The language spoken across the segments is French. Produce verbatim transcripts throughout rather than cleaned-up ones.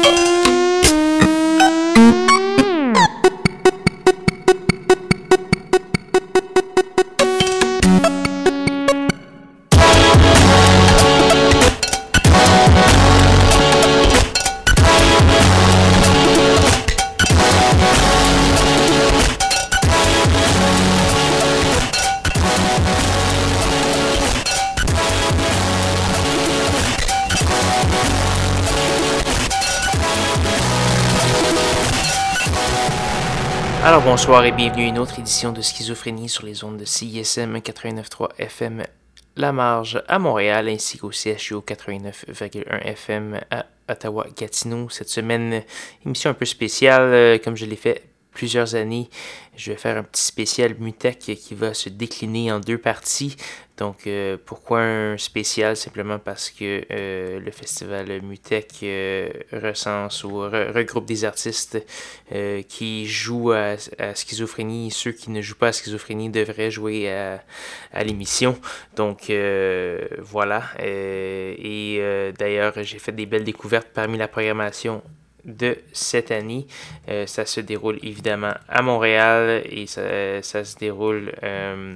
Alors bonsoir et bienvenue à une autre édition de Schizophrénie sur les ondes de C I S M quatre-vingt-neuf virgule trois F M La Marge à Montréal ainsi qu'au C H U O quatre-vingt-neuf virgule un F M à Ottawa-Gatineau. Cette semaine, émission un peu spéciale comme je l'ai fait plusieurs années. Je vais faire un petit spécial Mutech qui va se décliner en deux parties. Donc, euh, pourquoi un spécial? Simplement parce que euh, le festival Mutech euh, recense ou re- regroupe des artistes euh, qui jouent à, à Schizophrénie. Ceux qui ne jouent pas à Schizophrénie devraient jouer à, à l'émission. Donc, euh, voilà. Euh, et euh, d'ailleurs, j'ai fait des belles découvertes parmi la programmation de cette année. Euh, ça se déroule évidemment à Montréal et ça, ça se déroule euh,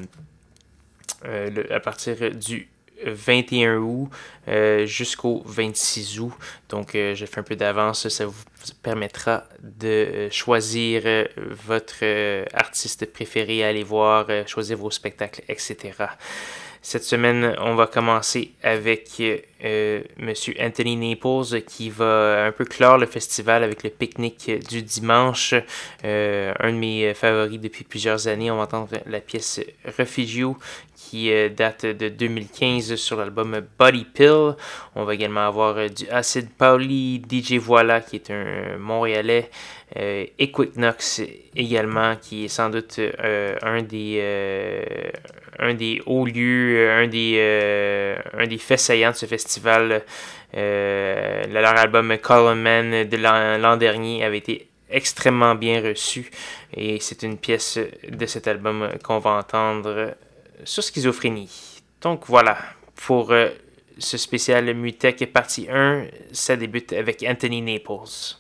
euh, le, à partir du vingt et un août euh, jusqu'au vingt-six août. Donc, euh, je fais un peu d'avance. Ça vous permettra de choisir euh, votre euh, artiste préféré à aller voir, euh, choisir vos spectacles, et cetera. Cette semaine, on va commencer avec euh, M. Anthony Naples qui va un peu clore le festival avec le pique-nique du dimanche. Euh, un de mes favoris depuis plusieurs années. On va entendre la pièce Refugio qui euh, date de deux mille quinze sur l'album Body Pill. On va également avoir euh, du Acid Pauli, D J Voilà qui est un Montréalais. Euh, Equinox également qui est sans doute euh, un des... Euh, un des hauts lieux, un des, euh, un des faits saillants de ce festival. Euh, leur album Column Man de l'an, l'an dernier avait été extrêmement bien reçu et c'est une pièce de cet album qu'on va entendre sur Schizophrénie. Donc voilà, pour euh, ce spécial Mutech partie un, ça débute avec Anthony Naples.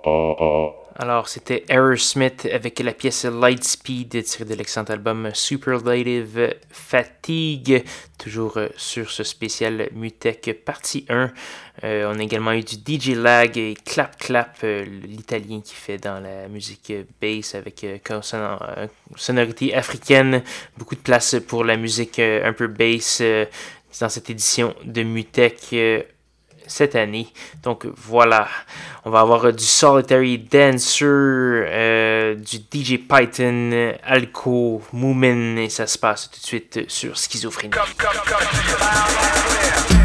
Alors, c'était Aerosmith avec la pièce Lightspeed tirée de l'excellent album Superlative Fatigue, toujours sur ce spécial Mutech partie un. Euh, on a également eu du D J Lag et Clap Clap, euh, l'italien qui fait dans la musique bass avec euh, sonor- euh, sonorité africaine, beaucoup de place pour la musique euh, un peu bass euh, dans cette édition de Mutech. Euh, cette année. Donc voilà, on va avoir euh, du Solitary Dancer, euh, du D J Python, Alco, Moomin, et ça se passe tout de suite sur Schizophrénie. Come, come, come,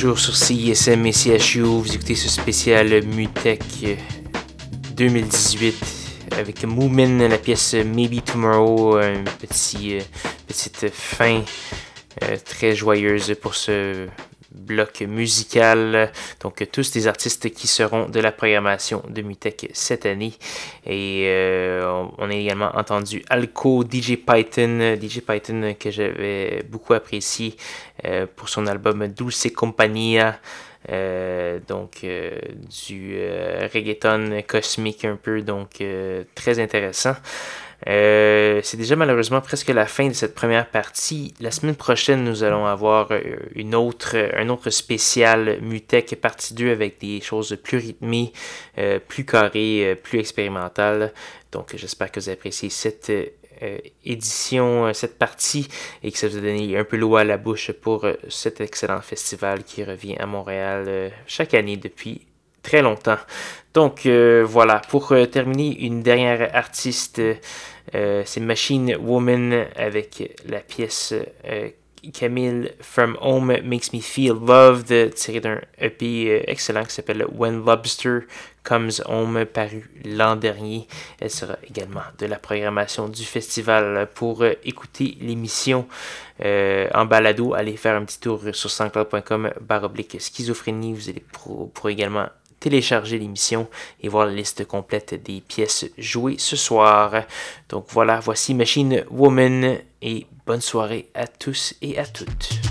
toujours sur C I S M et C H U. Vous écoutez ce spécial Mutech deux mille dix-huit avec Moomin, la pièce Maybe Tomorrow, une petit, euh, petite fin euh, très joyeuse pour ce bloc musical. Donc tous des artistes qui seront de la programmation de Mutech cette année. Et euh, on, on a également entendu Alco, D J Python, D J Python que j'avais beaucoup apprécié euh, pour son album Dulce Compagnia. Euh, donc euh, du euh, reggaeton cosmique un peu, donc euh, très intéressant. Euh, c'est déjà malheureusement presque la fin de cette première partie. La semaine prochaine, nous allons avoir une autre, un autre spécial Mutech partie deux avec des choses plus rythmées, euh, plus carrées, plus expérimentales. Donc j'espère que vous appréciez cette euh, édition, cette partie, et que ça vous a donné un peu l'eau à la bouche pour euh, cet excellent festival qui revient à Montréal euh, chaque année depuis très longtemps. Donc euh, voilà, pour euh, terminer, une dernière artiste, euh, c'est Machine Woman avec la pièce euh, Camille From Home Makes Me Feel Loved, tiré d'un E P euh, excellent qui s'appelle When Lobster Comes Home, paru l'an dernier. Elle sera également de la programmation du festival. Pour euh, écouter l'émission euh, en balado, allez faire un petit tour sur soundcloud point com barre oblique schizophrénie. Vous allez pour, pour également télécharger l'émission et voir la liste complète des pièces jouées ce soir. Donc voilà, voici Machine Woman et bonne soirée à tous et à toutes.